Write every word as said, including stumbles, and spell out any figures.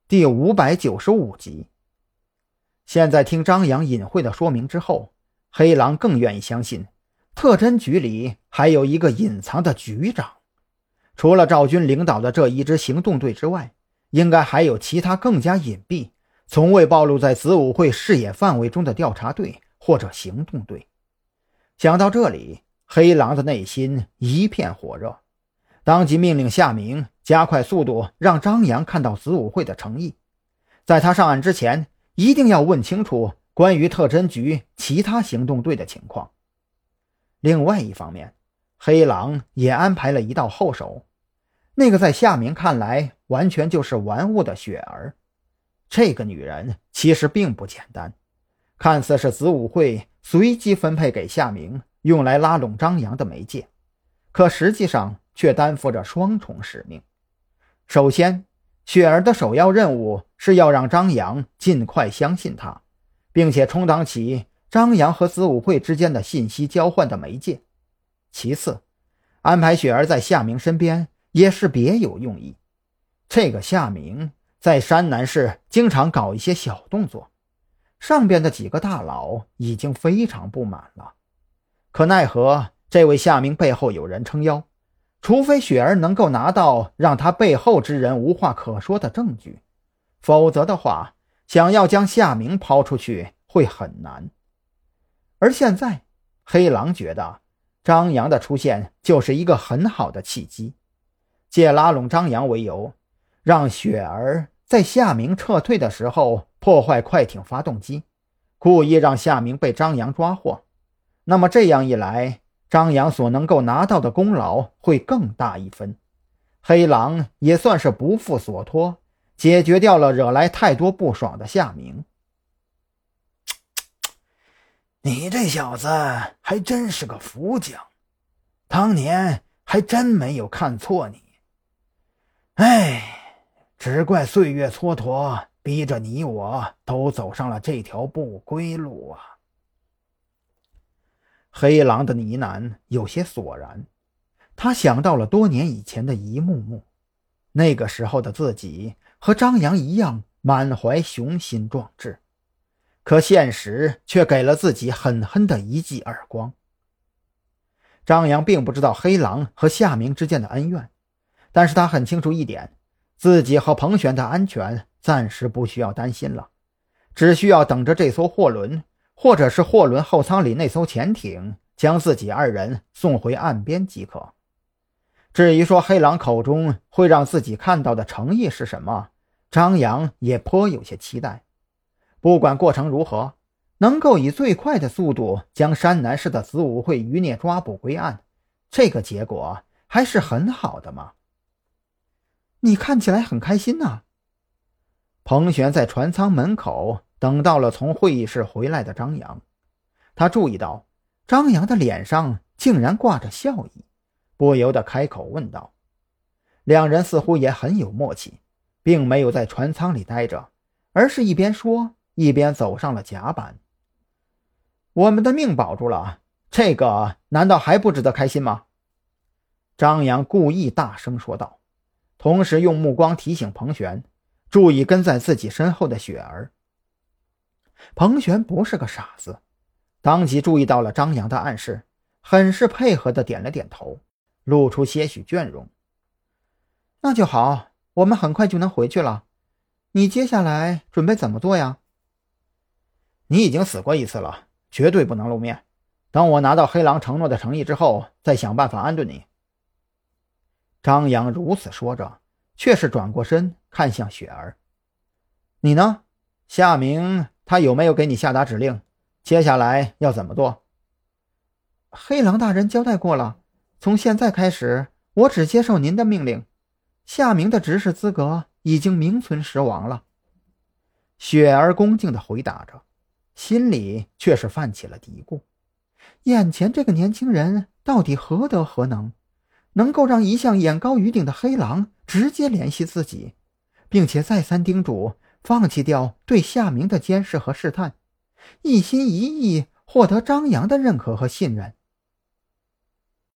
第五百九十五集。现在听张扬隐晦的说明之后，黑狼更愿意相信特侦局里还有一个隐藏的局长。除了赵军领导的这一支行动队之外，应该还有其他更加隐蔽，从未暴露在子午会视野范围中的调查队或者行动队。想到这里，黑狼的内心一片火热，当即命令夏明加快速度，让张扬看到子午会的诚意。在他上岸之前，一定要问清楚关于特侦局其他行动队的情况。另外一方面，黑狼也安排了一道后手，那个在夏明看来完全就是玩物的雪儿。这个女人其实并不简单，看似是子午会随机分配给夏明用来拉拢张扬的媒介，可实际上却担负着双重使命。首先，雪儿的首要任务是要让张扬尽快相信他，并且充当起张扬和子午会之间的信息交换的媒介。其次，安排雪儿在夏明身边也是别有用意。这个夏明在山南市经常搞一些小动作，上边的几个大佬已经非常不满了。可奈何这位夏明背后有人撑腰，除非雪儿能够拿到让他背后之人无话可说的证据，否则的话，想要将夏明抛出去会很难。而现在，黑狼觉得张扬的出现就是一个很好的契机，借拉拢张扬为由，让雪儿在夏明撤退的时候破坏快艇发动机，故意让夏明被张扬抓获。那么这样一来，张扬所能够拿到的功劳会更大一分，黑狼也算是不负所托，解决掉了惹来太多不爽的夏明。 你这小子还真是个福将，当年还真没有看错你。哎，只怪岁月蹉跎，逼着你我都走上了这条不归路啊。 黑狼的呢喃有些索然，他想到了多年以前的一幕幕，那个时候的自己和张扬一样满怀雄心壮志，可现实却给了自己狠狠的一记耳光。张扬并不知道黑狼和夏明之间的恩怨，但是他很清楚一点，自己和彭璇的安全暂时不需要担心了，只需要等着这艘货轮或者是货轮后舱里那艘潜艇将自己二人送回岸边即可。至于说黑狼口中会让自己看到的诚意是什么，张扬也颇有些期待。不管过程如何，能够以最快的速度将山南市的子午会余孽抓捕归案，这个结果还是很好的嘛。你看起来很开心啊。彭璇在船舱门口等到了从会议室回来的张扬，他注意到张扬的脸上竟然挂着笑意，不由得开口问道。两人似乎也很有默契，并没有在船舱里待着，而是一边说一边走上了甲板。我们的命保住了，这个难道还不值得开心吗？张扬故意大声说道，同时用目光提醒彭璇注意跟在自己身后的雪儿。彭璇不是个傻子，当即注意到了张扬的暗示，很是配合地点了点头，露出些许倦容。那就好，我们很快就能回去了。你接下来准备怎么做呀？你已经死过一次了，绝对不能露面。等我拿到黑狼承诺的诚意之后，再想办法安顿你。张扬如此说着，却是转过身看向雪儿。你呢？夏明他有没有给你下达指令？接下来要怎么做？黑狼大人交代过了，从现在开始，我只接受您的命令。夏明的执事资格已经名存实亡了。雪儿恭敬地回答着，心里却是泛起了嘀咕。眼前这个年轻人到底何德何能，能够让一向眼高于顶的黑狼直接联系自己，并且再三叮嘱放弃掉对夏明的监视和试探，一心一意获得张扬的认可和信任。